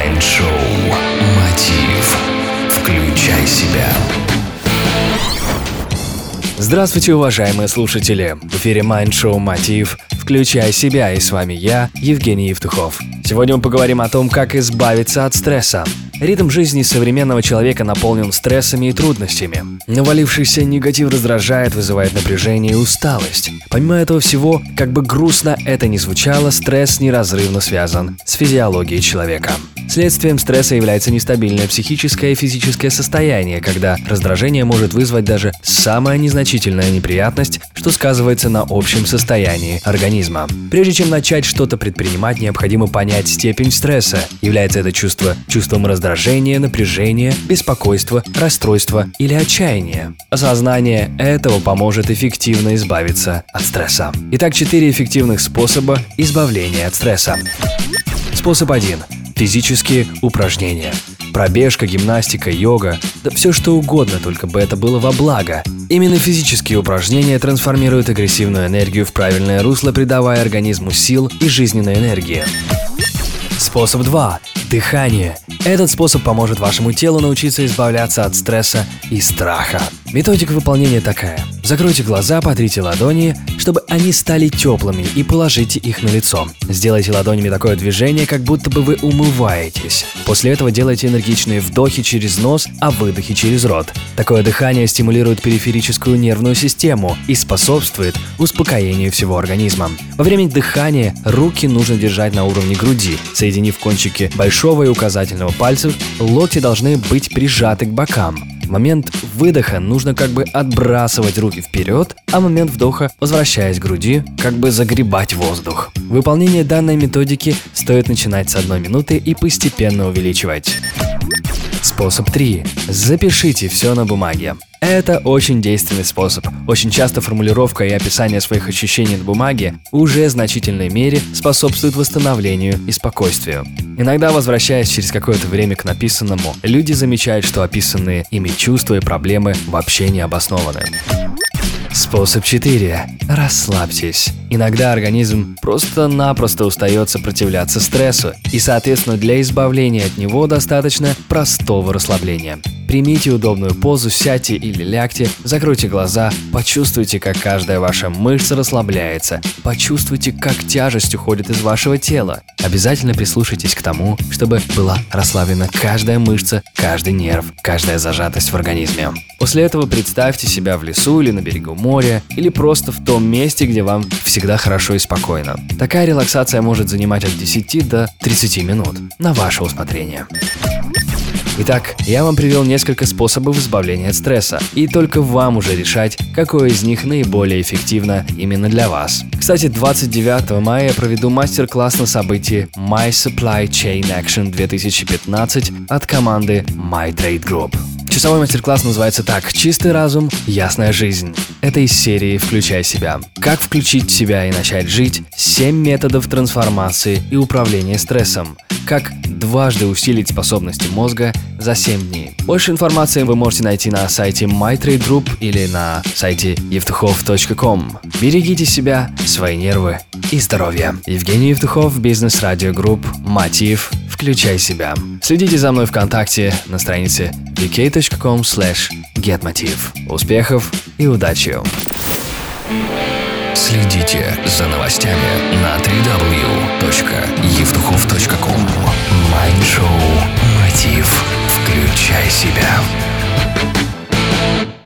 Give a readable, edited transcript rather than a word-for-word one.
Майнд-шоу «Мотив». Включай себя. Здравствуйте, уважаемые слушатели! В эфире Майнд-шоу «Мотив». Включай себя, и с вами я, Евгений Евтухов. Сегодня мы поговорим о том, как избавиться от стресса. Ритм жизни современного человека наполнен стрессами и трудностями. Навалившийся негатив раздражает, вызывает напряжение и усталость. Помимо этого всего, как бы грустно это ни звучало, стресс неразрывно связан с физиологией человека. Следствием стресса является нестабильное психическое и физическое состояние, когда раздражение может вызвать даже самая незначительная неприятность, что сказывается на общем состоянии организма. Прежде чем начать что-то предпринимать, необходимо понять степень стресса. Является это чувством раздражения, напряжения, беспокойства, расстройства или отчаяния. Осознание этого поможет эффективно избавиться от стресса. Итак, 4 эффективных способа избавления от стресса. Способ 1. Физические упражнения. Пробежка, гимнастика, йога, да все что угодно, только бы это было во благо. Именно физические упражнения трансформируют агрессивную энергию в правильное русло, придавая организму сил и жизненной энергии. Способ 2. Дыхание. Этот способ поможет вашему телу научиться избавляться от стресса и страха. Методика выполнения такая. Закройте глаза, потрите ладони, чтобы они стали теплыми, и положите их на лицо. Сделайте ладонями такое движение, как будто бы вы умываетесь. После этого делайте энергичные вдохи через нос, а выдохи через рот. Такое дыхание стимулирует периферическую нервную систему и способствует успокоению всего организма. Во время дыхания руки нужно держать на уровне груди. Соединив кончики большого и указательного пальцев, локти должны быть прижаты к бокам. В момент выдоха нужно как бы отбрасывать руки вперед, а в момент вдоха, возвращаясь к груди, как бы загребать воздух. Выполнение данной методики стоит начинать с 1 минуты и постепенно увеличивать. Способ 3. Запишите все на бумаге. Это очень действенный способ. Очень часто формулировка и описание своих ощущений на бумаге уже в значительной мере способствует восстановлению и спокойствию. Иногда, возвращаясь через какое-то время к написанному, люди замечают, что описанные ими чувства и проблемы вообще не обоснованы. Способ 4. Расслабьтесь. Иногда организм просто-напросто устает сопротивляться стрессу, и, соответственно, для избавления от него достаточно простого расслабления. Примите удобную позу, сядьте или лягте, закройте глаза, почувствуйте, как каждая ваша мышца расслабляется, почувствуйте, как тяжесть уходит из вашего тела. Обязательно прислушайтесь к тому, чтобы была расслаблена каждая мышца, каждый нерв, каждая зажатость в организме. После этого представьте себя в лесу или на берегу моря, или просто в том месте, где вам всегда хорошо и спокойно. Такая релаксация может занимать от 10 до 30 минут, на ваше усмотрение. Итак, я вам привел несколько способов избавления от стресса, и только вам уже решать, какой из них наиболее эффективно именно для вас. Кстати, 29 мая я проведу мастер-класс на событии My Supply Chain Action 2015 от команды My Trade Group. Часовой мастер-класс называется так: «Чистый разум, ясная жизнь». Это из серии «Включай себя». Как включить себя и начать жить? 7 методов трансформации и управления стрессом. Как дважды усилить способности мозга за 7 дней. Больше информации вы можете найти на сайте My Trade Group или на сайте evtuchov.com. Берегите себя, свои нервы и здоровье. Евгений Евтухов, бизнес-радио групп «Мотив». Включай себя. Следите за мной ВКонтакте на странице vk.com/getmotiv. Успехов и удачи! Следите за новостями на www.evtuchov.com. Майнд-шоу «Мотив». Включай себя.